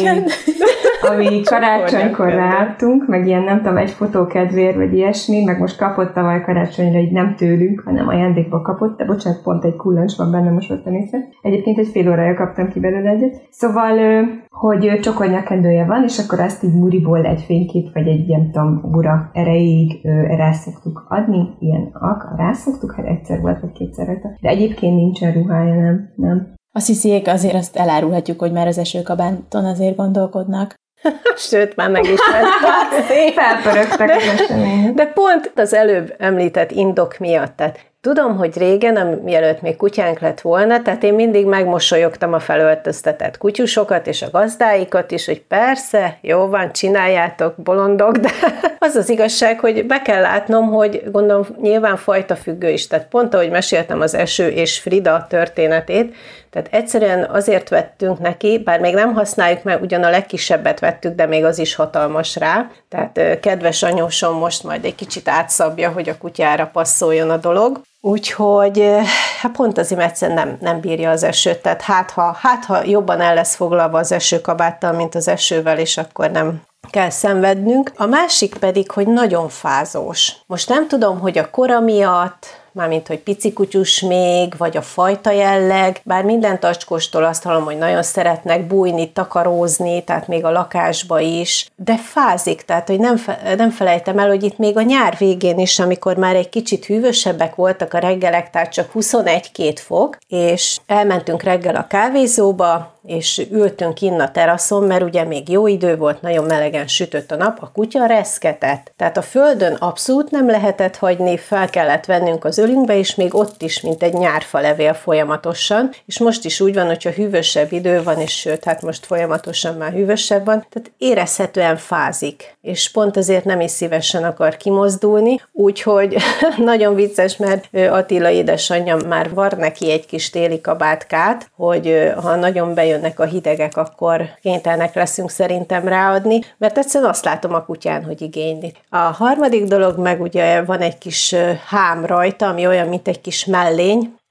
ami karácsonykor láttunk, meg ilyen nem tudom, egy fotó kedvéért, vagy ilyesmi, meg most kapott tavaly karácsonyra, így nem tőlünk, hanem ajándékba kapott, de bocsánat, pont egy kullancs van benne, most vettem észre. Egyébként egy fél órája kaptam ki belőle egyet. Szóval, hogy csokornyakkendője van, és akkor azt így muriból egy fénykép, vagy egy, nem tudom, ura erejéig rá szoktuk adni, ilyen alka, rá szoktuk, hát egyszer volt, vagy kétszer rajta. De egyébként nincsen ruhája, nem, nem. A szisziék azért azt elárulhatjuk, hogy már az esőkabáton azért gondolkodnak. Sőt, már meg is vettem. Szépen pörögtek az események. De pont az előbb említett indok miatt, tehát tudom, hogy régen, mielőtt még kutyánk lett volna, tehát én mindig megmosolyogtam a felöltöztetett kutyusokat és a gazdáikat is, hogy persze, jó van, csináljátok, bolondok, de az az igazság, hogy be kell látnom, hogy gondolom nyilván fajta függő is, tehát pont ahogy meséltem az Eső és Frida történetét, tehát egyszerűen azért vettünk neki, bár még nem használjuk, mert ugyan a legkisebbet vettük, de még az is hatalmas rá. Tehát kedves anyósom most majd egy kicsit átszabja, hogy a kutyára passzoljon a dolog. Úgyhogy hát pont azért egyszerűen nem, nem bírja az esőt, tehát hát ha, hát ha jobban el lesz foglalva az esőkabáttal, mint az esővel, és akkor nem kell szenvednünk. A másik pedig, hogy nagyon fázós. Most nem tudom, hogy a kora miatt, mármint, hogy pici kutyus még, vagy a fajta jelleg, bár minden tacskóstól azt hallom, hogy nagyon szeretnek bújni, takarózni, tehát még a lakásba is, de fázik, tehát, hogy nem, fe, nem felejtem el, hogy itt még a nyár végén is, amikor már egy kicsit hűvösebbek voltak a reggelek, tehát csak huszonegy-két fok, és elmentünk reggel a kávézóba, és ültünk kinn a teraszon, mert ugye még jó idő volt, nagyon melegen sütött a nap, a kutya reszketett. Tehát a földön abszolút nem lehetett hagyni, fel kellett vennünk az ölünkbe, és még ott is, mint egy nyárfa levél folyamatosan, és most is úgy van, hogyha hűvösebb idő van, és sőt, hát most folyamatosan már hűvösebb van, tehát érezhetően fázik, és pont ezért nem is szívesen akar kimozdulni, úgyhogy nagyon vicces, mert Attila édesanyja már var neki egy kis téli kabátkát, hogy ha nagyon bejönnek a hidegek, akkor kénytelenek leszünk szerintem ráadni, mert egyszerűen azt látom a kutyán, hogy igényli. A harmadik dolog meg ugye van egy kis hám rajta, ami olyan, mint egy kis mellény,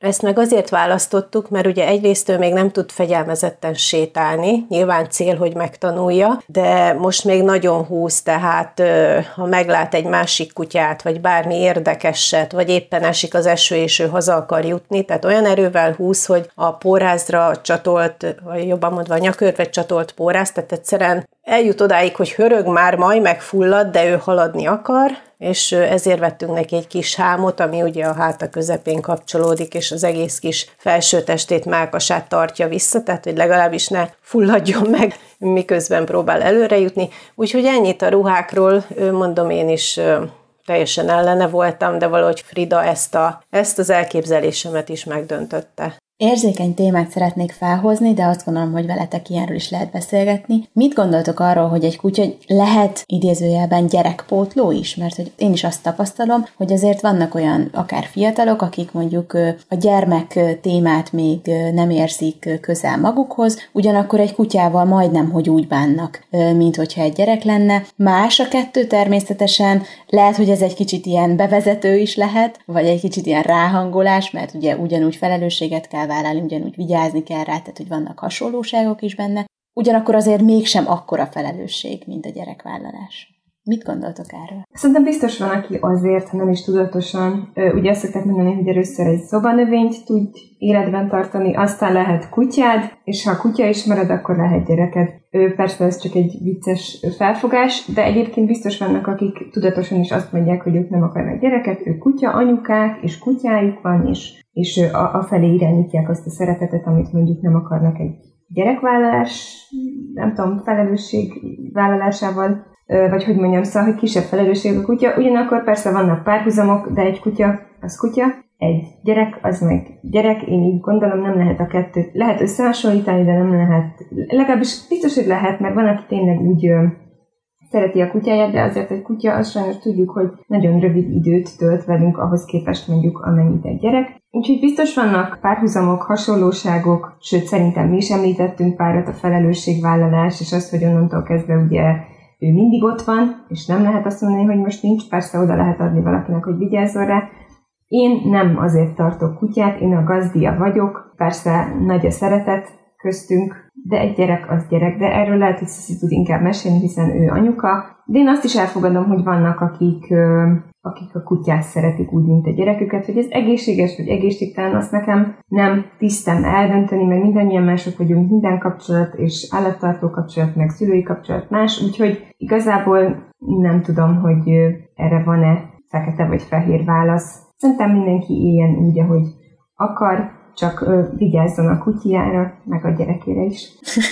Ezt meg azért választottuk, mert ugye egyrészt ő még nem tud fegyelmezetten sétálni, nyilván cél, hogy megtanulja, de most még nagyon húz, tehát ha meglát egy másik kutyát, vagy bármi érdekeset, vagy éppen esik az eső, és ő haza akar jutni, tehát olyan erővel húz, hogy a pórázra csatolt, vagy jobban mondva a nyakörve csatolt póráz, tehát egyszerűen eljut odáig, hogy hörög már, majd megfullad, de ő haladni akar, és ezért vettünk neki egy kis hámot, ami ugye a háta közepén kapcsolódik, és az egész kis felső testét, mellkasát tartja vissza, tehát hogy legalábbis ne fulladjon meg, miközben próbál előre jutni. Úgyhogy ennyit a ruhákról, mondom, én is teljesen ellene voltam, de valahogy Frida ezt, a, ezt az elképzelésemet is megdöntötte. Érzékeny témát szeretnék felhozni, de azt gondolom, hogy veletek ilyenről is lehet beszélgetni. Mit gondoltok arról, hogy egy kutya lehet idézőjelben gyerekpótló is? Mert hogy én is azt tapasztalom, hogy azért vannak olyan akár fiatalok, akik mondjuk a gyermek témát még nem érzik közel magukhoz, ugyanakkor egy kutyával majdnem, hogy úgy bánnak, mint hogyha egy gyerek lenne. Más a kettő természetesen, lehet, hogy ez egy kicsit ilyen bevezető is lehet, vagy egy kicsit ilyen ráhangolás, mert ugye ugyanúgy felelősséget kell vállalni, ugyanúgy vigyázni kell rá, tehát hogy vannak hasonlóságok is benne. Ugyanakkor azért mégsem akkora felelősség, mint a gyerekvállalás. Mit gondoltok erről? Szerintem biztos van, aki azért, ha nem is tudatosan, ugye azt szokták mondani, hogy először egy szobanövényt tud életben tartani, aztán lehet kutyád, és ha a kutya is marad, akkor lehet gyereked. Persze ez csak egy vicces felfogás, de egyébként biztos vannak, akik tudatosan is azt mondják, hogy ők nem akarnak gyereket, ők kutya anyukák, és kutyájuk van, és, és a, a felé irányítják azt a szeretetet, amit mondjuk nem akarnak egy gyerekvállalás, nem tudom, felelősség vállalásával, vagy hogy mondjam, szóval, hogy kisebb felelősség a kutya. Ugyanakkor persze vannak párhuzamok, de egy kutya az kutya, egy gyerek az meg gyerek, én így gondolom, nem lehet a kettőt, lehet összehasonlítani, de nem lehet, legalábbis biztos, hogy lehet, mert van, aki tényleg úgy ö, szereti a kutyáját, de azért egy kutya, azt sajnos tudjuk, hogy nagyon rövid időt tölt velünk, ahhoz képest mondjuk amennyit egy gyerek. Úgyhogy biztos vannak párhuzamok, hasonlóságok, sőt szerintem mi is említettünk párat, a felelősségvállalás, és azt, hogy onnantól kezdve ugye ő mindig ott van, és nem lehet azt mondani, hogy most nincs, persze oda lehet adni valakinek, hogy vigyázzon rá. Én nem azért tartok kutyát, én a gazdia vagyok, persze nagy a szeretet köztünk, de egy gyerek az gyerek, de erről lehet, hogy Sziszi tud inkább mesélni, hiszen ő anyuka. De én azt is elfogadom, hogy vannak, akik, akik a kutyát szeretik úgy, mint a gyereküket, hogy ez egészséges, vagy egészségtelen, azt nekem nem tisztem eldönteni, mert mindannyian mások vagyunk, minden kapcsolat, és állattartó kapcsolat, meg szülői kapcsolat más, úgyhogy igazából nem tudom, hogy erre van-e fekete vagy fehér válasz. Szerintem mindenki éljen úgy, ahogy akar, csak ö, vigyázzon a kutyára, meg a gyerekére is.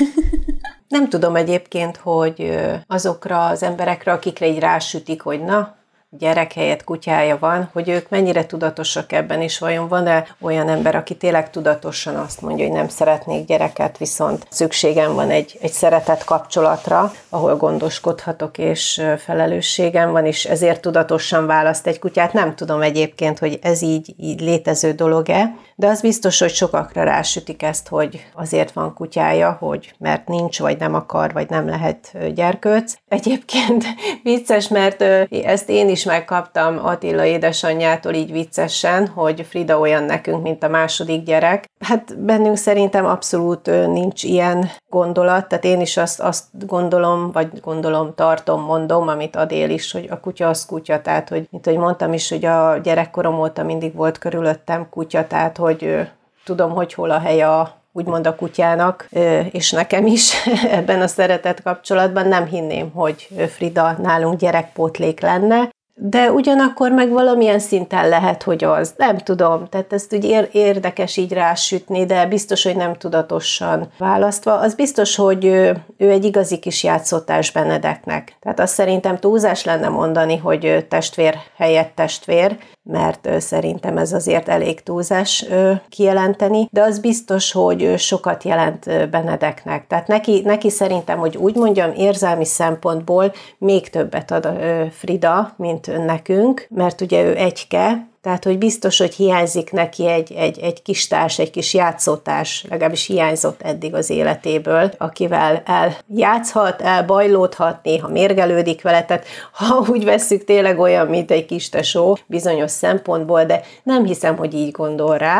Nem tudom egyébként, hogy azokra az emberekre, akikre így rásütik, hogy na, gyerek helyett kutyája van, hogy ők mennyire tudatosak ebben, és vajon van-e olyan ember, aki tényleg tudatosan azt mondja, hogy nem szeretnék gyereket, viszont szükségem van egy, egy szeretett kapcsolatra, ahol gondoskodhatok, és felelősségem van, és ezért tudatosan választ egy kutyát. Nem tudom egyébként, hogy ez így, így létező dolog-e, de az biztos, hogy sokakra rásütik ezt, hogy azért van kutyája, hogy mert nincs, vagy nem akar, vagy nem lehet gyerkőc. Egyébként vicces, mert ezt én is megkaptam Attila édesanyjától így viccesen, hogy Frida olyan nekünk, mint a második gyerek. Hát bennünk szerintem abszolút nincs ilyen gondolat, tehát én is azt, azt gondolom, vagy gondolom, tartom, mondom, amit Adél is, hogy a kutya az kutya, tehát, hogy, mint hogy mondtam is, hogy a gyerekkorom óta mindig volt körülöttem kutya, tehát, hogy tudom, hogy hol a helye a úgymond a kutyának, és nekem is ebben a szeretet kapcsolatban nem hinném, hogy Frida nálunk gyerekpótlék lenne, de ugyanakkor meg valamilyen szinten lehet, hogy az. Nem tudom, tehát ezt úgy érdekes így rásütni, de biztos, hogy nem tudatosan választva. Az biztos, hogy ő egy igazi kis játszótárs Benedeknek. Tehát azt szerintem túlzás lenne mondani, hogy testvér helyett testvér, mert szerintem ez azért elég túlzás kijelenteni, de az biztos, hogy sokat jelent Benedeknek. Tehát neki, neki szerintem, hogy úgy mondjam, érzelmi szempontból még többet ad Frida, mint nekünk, mert ugye ő egyke, tehát, hogy biztos, hogy hiányzik neki egy, egy, egy kis társ, egy kis játszótárs, legalábbis hiányzott eddig az életéből, akivel eljátszhat, elbajlódhat, néha mérgelődik vele, tehát ha úgy vesszük, tényleg olyan, mint egy kis tesó bizonyos szempontból, de nem hiszem, hogy így gondol rá.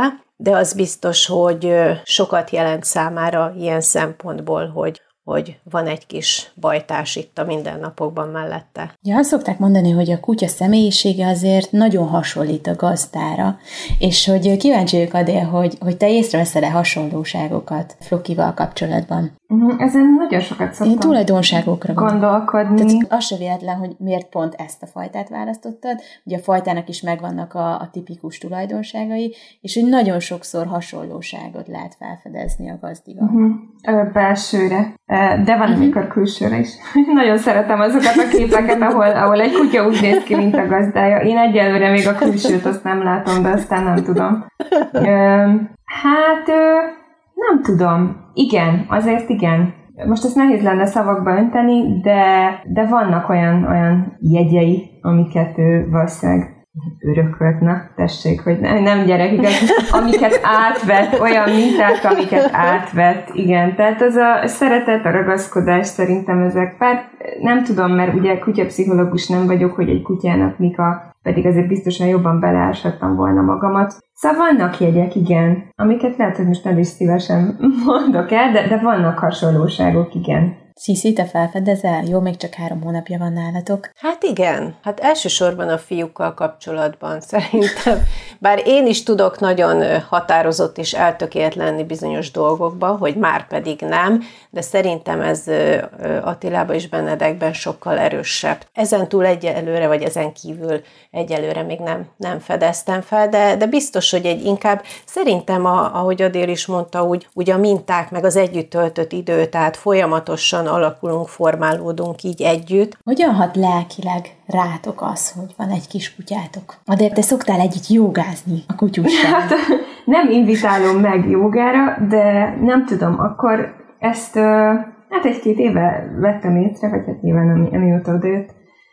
de az biztos, hogy sokat jelent számára ilyen szempontból, hogy hogy van egy kis bajtárs itt a mindennapokban mellette. Ja, azt szokták mondani, hogy a kutya személyisége azért nagyon hasonlít a gazdára, és hogy kíváncsi vagyok, Adél, hogy, hogy te észreveszel-e hasonlóságokat Flokival kapcsolatban? Uh-huh. Ezen nagyon sokat szoktam Én tulajdonságokra gondolkodni. Tehát az se véletlen, hogy miért pont ezt a fajtát választottad. Ugye a fajtának is megvannak a, a tipikus tulajdonságai, és hogy nagyon sokszor hasonlóságot lehet felfedezni a gazdival. Uh-huh. Belsőre. De van, amikor külsőre is. Nagyon szeretem azokat a képeket, ahol, ahol egy kutya úgy néz ki, mint a gazdája. Én egyelőre még a külsőt azt nem látom, de aztán nem tudom. Hát... Nem tudom. Igen, azért igen. Most ezt nehéz lenne szavakba önteni, de, de vannak olyan, olyan jegyei, amiket ő valószínűleg örökölt, na, tessék, hogy nem, nem gyerek, igaz, amiket átvett, olyan minták, amiket átvett, igen. Tehát az a szeretet, a ragaszkodás szerintem ezek, bár nem tudom, mert ugye kutyapszichológus nem vagyok, hogy egy kutyának mik a, pedig azért biztosan jobban beleáshattam volna magamat. Szóval vannak jegyek, igen, amiket lehet, hogy most nem is szívesen mondok el, de, de vannak hasonlóságok, igen. Sziszi, te felfedezel? Jó, még csak három hónapja van nálatok. Hát igen, hát elsősorban a fiúkkal kapcsolatban szerintem. Bár én is tudok nagyon határozott és eltökélt lenni bizonyos dolgokban, hogy már pedig nem, de szerintem ez Attilában és Benedekben sokkal erősebb. Ezen túl egyelőre, vagy ezen kívül egyelőre még nem, nem fedeztem fel, de, de biztos, hogy egy inkább szerintem, a, ahogy Adél is mondta, úgy, úgy a minták, meg az együtt töltött idő, tehát folyamatosan alakulunk, formálódunk így együtt. Hogyan hat lelkileg rátok az, hogy van egy kis kutyátok? Adél, te szoktál együtt jogázni a kutyussal? Hát nem invitálom meg jogára, de nem tudom, akkor ezt hát egy-két éve vettem észre, vagy hát nyilván ami, amióta odajött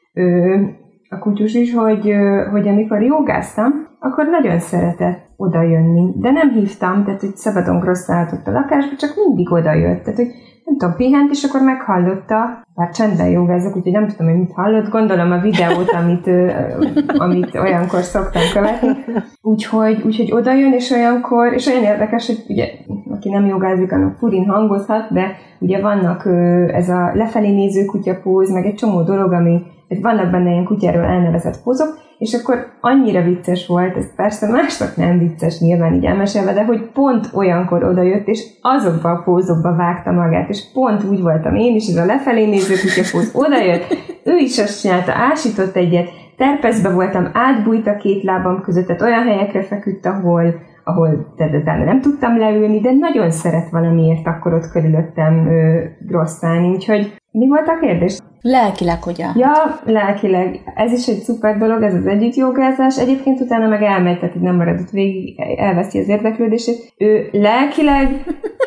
a kutyus is, hogy, hogy amikor jogáztam, akkor nagyon szeretett odajönni, de nem hívtam, tehát hogy szabadon grosszálhatott a lakásba, csak mindig odajött, tehát hogy nem tudom, pihent, és akkor meghallotta, bár csendben jogázok, úgyhogy nem tudom, hogy mit hallott, gondolom a videót, amit, amit olyankor szoktam követni, úgyhogy, úgyhogy odajön, és olyankor, és olyan érdekes, hogy ugye, aki nem jogázik, annak furin hangozhat, de ugye vannak ez a lefelé néző kutyapóz, meg egy csomó dolog, ami, vannak benne ilyen kutyáról elnevezett pózok, és akkor annyira vicces volt, ez persze másnak nem vicces nyilván így elmesélve, de hogy pont olyankor odajött, és azokba a pózokba vágta magát, és pont úgy voltam én is, ez a lefelé néző kutyapóz odajött, ő is azt csinálta, ásított egyet, terpeszbe voltam, átbújt a két lábam között, tehát olyan helyekre feküdt, ahol, ahol tehát nem tudtam leülni, de nagyon szeret valamiért akkor ott körülöttem ö, grosszálni, úgyhogy mi volt a kérdés? Lelkileg hogyan? Ja, lelkileg. Ez is egy szuper dolog, ez az együttjogázás. Egyébként utána meg elmegy, tehát így nem maradott végig, elveszi az érdeklődését. Ő lelkileg,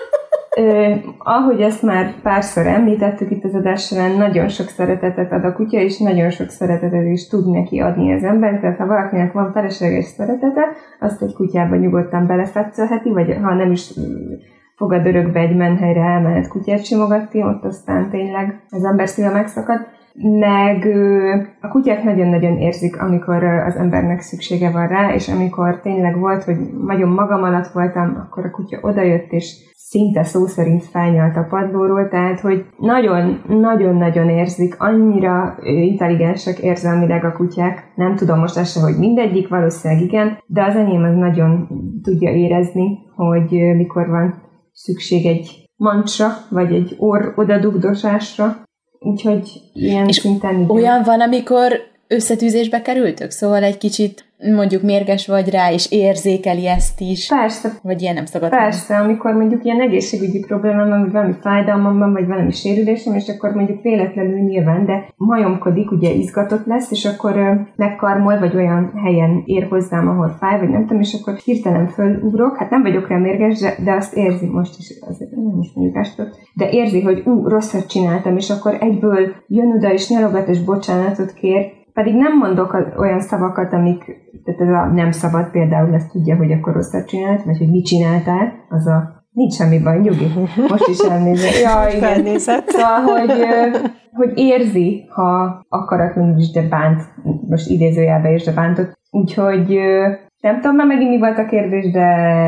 ö, ahogy ezt már párszor említettük itt az adás során, nagyon sok szeretetet ad a kutya, és nagyon sok szeretetet is tud neki adni az ember. Tehát ha valakinek van felesleges szeretete, azt egy kutyába nyugodtan belefetszölheti, vagy ha nem is fogad örökbe egy menhelyre elmehet kutyát simogatni, ott aztán tényleg az ember szíve megszakad. Meg a kutyák nagyon-nagyon érzik, amikor az embernek szüksége van rá, és amikor tényleg volt, hogy nagyon magam alatt voltam, akkor a kutya odajött, és szinte szó szerint felnyalt a padlóról, tehát hogy nagyon-nagyon-nagyon érzik, annyira intelligensek érzelmileg a kutyák. Nem tudom most ezt se, hogy mindegyik, valószínűleg igen, de az enyém az nagyon tudja érezni, hogy mikor van szükség egy mancsra, vagy egy orr odadugdosásra, úgyhogy ilyen és szinten igen. Olyan van, amikor összetűzésbe kerültök? Szóval egy kicsit mondjuk mérges vagy rá, és érzékeli ezt is? Persze. Vagy ilyen nem szokott? Persze, lenni. Amikor mondjuk ilyen egészségügyi problémám van, vagy valami fájdalmam van, vagy valami sérülésem, és akkor mondjuk véletlenül nyilván, de majomkodik, ugye izgatott lesz, és akkor ö, megkarmol, vagy olyan helyen ér hozzám, ahol fáj, vagy nem tudom, és akkor hirtelen fölugrok, hát nem vagyok rá mérges, de, de azt érzi most is, azért nem is mondjuk ástott, de érzi, hogy ú, rosszat csináltam, és akkor egyből jön oda, és nyalogat, és bocsánatot kér, pedig nem mondok olyan szavakat, amik, tehát ez a nem szabad például, ezt tudja, hogy akkor rosszat csinált, vagy hogy mit csináltál, az a nincs semmi baj, nyugi, most is elnézem. Ja, igen. Szóval, hogy, hogy érzi, ha akaratlanul is, de bánt, most idézőjelben is, de bántott. Úgyhogy Nem tudom már megint mi volt a kérdés, de...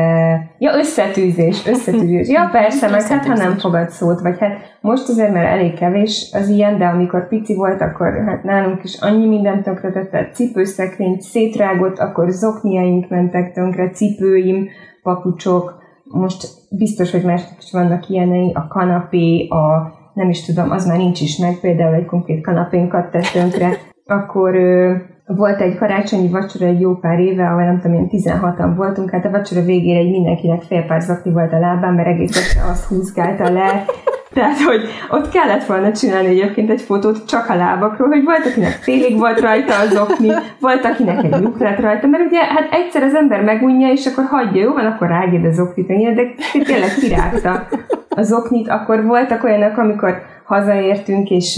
Ja, összetűzés, összetűzés. Ja, persze, meg hát ha nem fogad szót, vagy hát most azért, mert elég kevés az ilyen, de amikor pici volt, akkor hát nálunk is annyi mindent tönkretett, tehát cipőszekrényt szétrágott, akkor zokniaink mentek tönkre, cipőim, papucsok, most biztos, hogy másnak is vannak ilyenei, a kanapé, a nem is tudom, az már nincs is meg, például egy konkrét kanapénkat tett tönkre, akkor... Volt egy karácsonyi vacsora egy jó pár éve, ahol nem tudom, ilyen tizenhatan voltunk, hát a vacsora végére egy mindenkinek fél pár zakni volt a lábán, mert egész este azt húzgálta le. Tehát, hogy ott kellett volna csinálni egyébként egy fotót csak a lábakról, hogy volt, akinek félig volt rajta a zokni, volt, akinek egy lyuk lett rajta, mert ugye hát egyszer az ember megunja, és akkor hagyja, jó van, akkor rágéd a zoknit, de tényleg kirágta a zoknit. Akkor voltak olyanok, amikor hazaértünk, és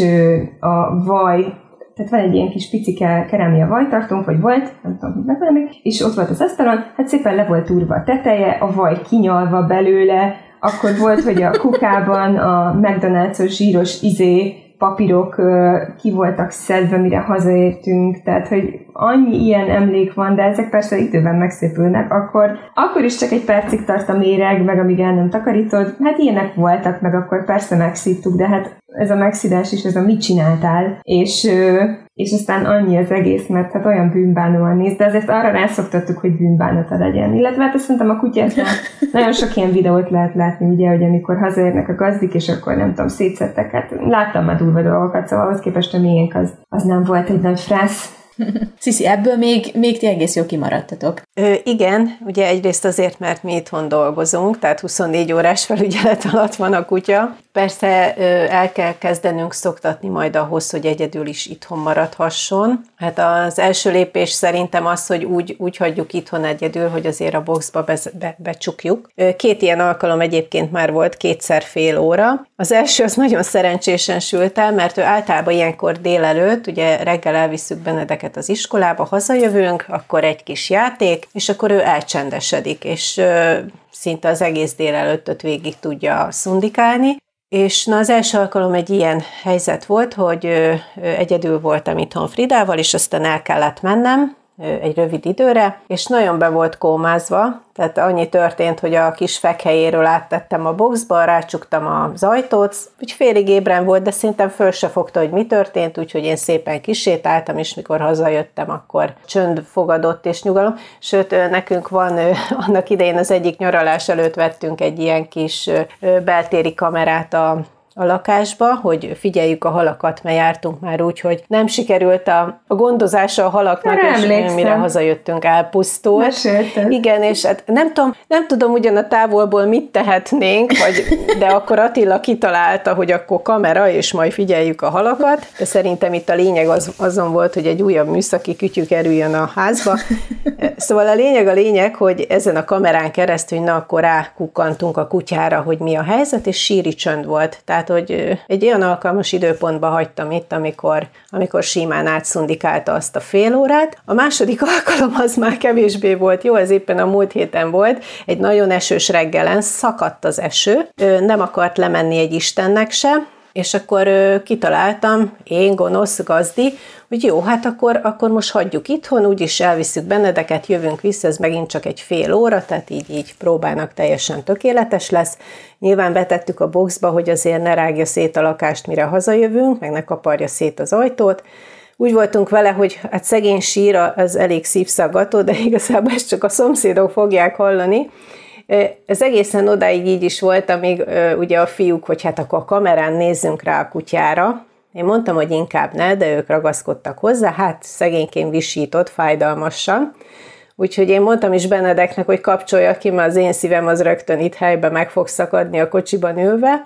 a vaj, tehát van egy ilyen kis picike kerámia vajtartónk, vagy volt, nem tudom, hogy megvan még, és ott volt az asztalon, hát szépen le volt túrva a teteje, a vaj kinyalva belőle, akkor volt, hogy a kukában a McDonald's-os zsíros izé papírok ki voltak szedve, mire hazaértünk, tehát, hogy annyi ilyen emlék van, de ezek persze időben megszépülnek, akkor, akkor is csak egy percig tart a méreg, meg amíg el nem takarítod, hát ilyenek voltak, meg akkor persze megszívtuk, de hát ez a megszidás is, ez a mit csináltál, és, és aztán annyi az egész, mert hát olyan bűnbánóan néz, de azért arra rászoktattuk, hogy bűnbánata legyen. Illetve hát azt szerintem a kutyáknál nagyon sok ilyen videót lehet látni, ugye, hogy amikor hazaérnek a gazdik, és akkor nem tudom, szétszettek, hát láttam már durva dolgokat, szóval ahhoz képest a miénk az, az nem volt egy nagy frász. Sziszi, ebből még, még ti egész jó kimaradtatok. Ö, igen, ugye egyrészt azért, mert mi itthon dolgozunk, tehát huszonnégy órás felügyelet alatt van a kutya. Persze ö, el kell kezdenünk szoktatni majd ahhoz, hogy egyedül is itthon maradhasson. Hát az első lépés szerintem az, hogy úgy, úgy hagyjuk itthon egyedül, hogy azért a boxba be, be, becsukjuk. Ö, két ilyen alkalom egyébként már volt, kétszer fél óra. Az első az nagyon szerencsésen sült el, mert ő általában ilyenkor délelőtt, ugye reggel elvisszük Benedeket az iskolába, hazajövünk, akkor egy kis játék, és akkor ő elcsendesedik, és ö, szinte az egész délelőttöt végig tudja szundikálni. És na, az első alkalom egy ilyen helyzet volt, hogy ö, egyedül voltam itthon Fridával, és aztán el kellett mennem ö, egy rövid időre, és nagyon be volt kómázva, tehát annyi történt, hogy a kis fekhelyéről áttettem a boxba, rácsuktam az ajtót, úgy félig ébren volt, de szerintem föl se fogta, hogy mi történt, úgyhogy én szépen kisétáltam, és mikor hazajöttem, akkor csönd fogadott és nyugalom. Sőt, nekünk van, annak idején az egyik nyaralás előtt vettünk egy ilyen kis beltéri kamerát a a lakásba, hogy figyeljük a halakat, mert jártunk már úgy, hogy nem sikerült a, a gondozása a halaknak, és emlékszem. Mire hazajöttünk, elpusztult. Mesélted. Igen, és hát nem tudom, nem tudom ugyan a távolból mit tehetnénk, vagy, de akkor Attila kitalálta, hogy akkor kamera, és majd figyeljük a halakat, de szerintem itt a lényeg az, azon volt, hogy egy újabb műszaki kütyű kerüljön a házba. Szóval a lényeg a lényeg, hogy ezen a kamerán keresztül, na akkor rákukkantunk a kutyára, hogy mi a helyzet, és síri csönd volt. Tehát hogy egy olyan alkalmas időpontba hagytam itt, amikor, amikor simán átszundikálta azt a fél órát. A második alkalom az már kevésbé volt jó, ez éppen a múlt héten volt. Egy nagyon esős reggelen szakadt az eső, nem akart lemenni egy istennek se, és akkor kitaláltam, én gonosz gazdi, hogy jó, hát akkor, akkor most hagyjuk itthon, úgyis elviszük Benedeket, jövünk vissza, ez megint csak egy fél óra, tehát így, így próbálnak teljesen tökéletes lesz. Nyilván betettük a boxba, hogy azért ne rágja szét a lakást, mire hazajövünk, meg ne kaparja szét az ajtót. Úgy voltunk vele, hogy hát szegény sír, az elég szívszaggató, de igazából ezt csak a szomszédok fogják hallani. Ez egészen odáig így is volt, amíg ugye a fiúk, hogy hát akkor a kamerán nézzünk rá a kutyára. Én mondtam, hogy inkább ne, de ők ragaszkodtak hozzá, hát szegényként visított fájdalmasan. Úgyhogy én mondtam is Benedeknek, hogy kapcsolja ki, mert az én szívem az rögtön itt helyben meg fog szakadni a kocsiban ülve.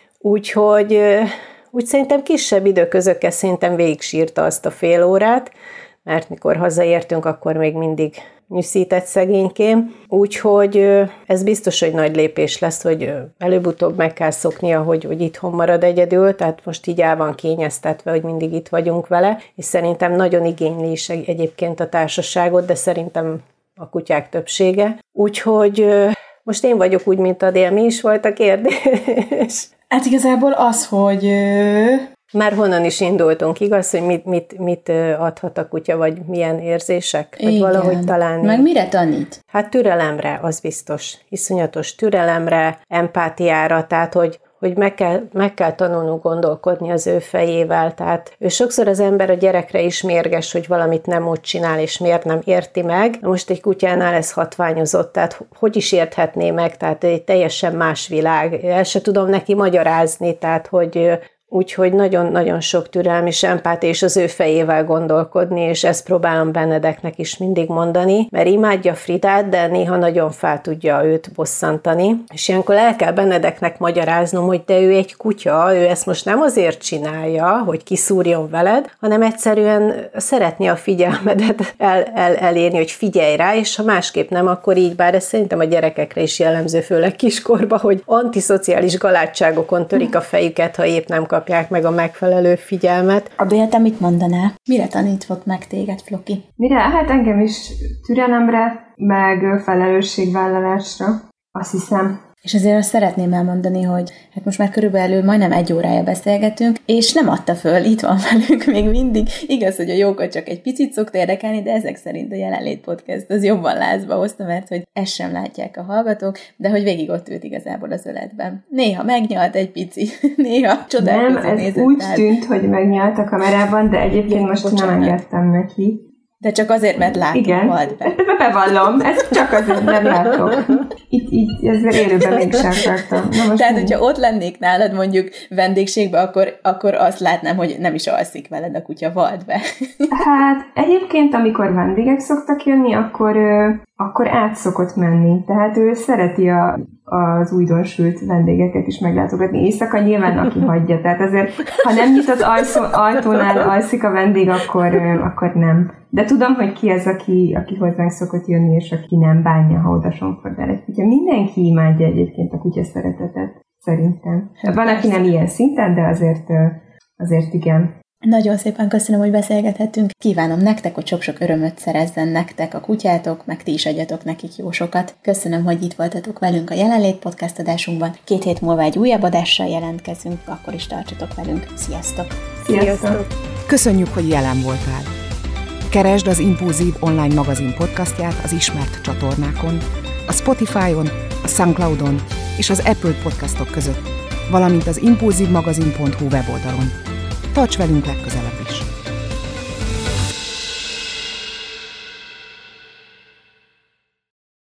Úgyhogy úgy szerintem kisebb időközökkel szerintem végig sírta azt a fél órát, mert mikor hazaértünk, akkor még mindig nyűszített szegénykém. Úgyhogy ez biztos, hogy nagy lépés lesz, hogy előbb-utóbb meg kell szoknia, hogy, hogy itthon marad egyedül, tehát most így el van kényeztetve, hogy mindig itt vagyunk vele, és szerintem nagyon igényli is egyébként a társaságot, de szerintem a kutyák többsége. Úgyhogy most én vagyok úgy, mint Adél, mi is volt a kérdés? Hát igazából az, hogy Már honnan is indultunk, igaz, hogy mit, mit, mit adhat a kutya, vagy milyen érzések? Vagy igen. valahogy találni. Meg mire tanít? Hát türelemre, az biztos. Iszonyatos türelemre, empátiára, tehát hogy hogy meg kell, meg kell tanulnunk gondolkodni az ő fejével. Tehát ő sokszor az ember a gyerekre is mérges, hogy valamit nem úgy csinál, és miért nem érti meg. Most egy kutyánál ez hatványozott, tehát hogy is érthetné meg, tehát egy teljesen más világ. El se tudom neki magyarázni, tehát hogy úgyhogy nagyon-nagyon sok türelem és empátia, és az ő fejével gondolkodni, és ezt próbálom Benedeknek is mindig mondani, mert imádja Fridát, de néha nagyon fel tudja őt bosszantani, és ilyenkor el kell Benedeknek magyaráznom, hogy de ő egy kutya, ő ezt most nem azért csinálja, hogy kiszúrjon veled, hanem egyszerűen szeretné a figyelmedet el, el, elérni, hogy figyelj rá, és ha másképp nem, akkor így, bár ez szerintem a gyerekekre is jellemző, főleg kiskorba, hogy antiszociális galádságokon törik a fejüket, ha épp nem kapják meg a megfelelő figyelmet. A Bél, te mit mondanál? Mire tanított meg téged, Floki? Mire? Hát engem is türelemre, meg felelősségvállalásra, azt hiszem. És azért azt szeretném elmondani, hogy hát most már körülbelül majdnem egy órája beszélgetünk, és nem adta föl, itt van velünk még mindig. Igaz, hogy a jókat csak egy picit szokta érdekelni, de ezek szerint a Jelenlét Podcast az jobban lázba hozta, mert hogy ezt sem látják a hallgatók, de hogy végig ott ült igazából az öletben. Néha megnyalt egy pici, néha csodálkozni Nem, ez nézett úgy át. tűnt, hogy megnyalt a kamerában, de egyébként Ja, most bocsánat. nem engedtem neki. De csak azért, mert látom, Igen, halt be. bevallom, ezt csak azért nem látok. Itt így ezzel élőben mégsem akartam. Na most Tehát, nem. hogyha ott lennék nálad mondjuk vendégségben, akkor, akkor azt látnám, hogy nem is alszik veled a kutya, vald be. Hát egyébként, amikor vendégek szoktak jönni, akkor, ö, akkor át szokott menni. Tehát ő szereti a, az újdonsült vendégeket is meglátogatni. Éjszaka nyilván aki hagyja. Tehát azért, ha nem nyitott ajszó, ajtónál alszik a vendég, akkor, ö, akkor nem. De tudom, hogy ki az, aki, aki hozzánk szokott jönni, és aki nem bánja, ha oda somfordál egy kutya. Mindenki imádja egyébként a kutya szeretetet, szerintem. Hát Van, aki nem ilyen szinten, de azért, ö, azért igen. Nagyon szépen köszönöm, hogy beszélgethettünk. Kívánom nektek, hogy sok-sok örömöt szerezzen nektek a kutyátok, meg ti is adjatok nekik jó sokat. Köszönöm, hogy itt voltatok velünk a Jelenlét Podcast adásunkban. Két hét múlva egy újabb adással jelentkezünk, akkor is tartsatok velünk. Sziasztok! Sziasztok! Köszönjük, hogy jelen voltál! Keresd az Impulzív online magazin podcastját az ismert csatornákon, a Spotify-on, a SoundCloud-on és az Apple podcastok között, valamint az impulzívmagazin pont hu weboldalon. Tarts velünk legközelebb is!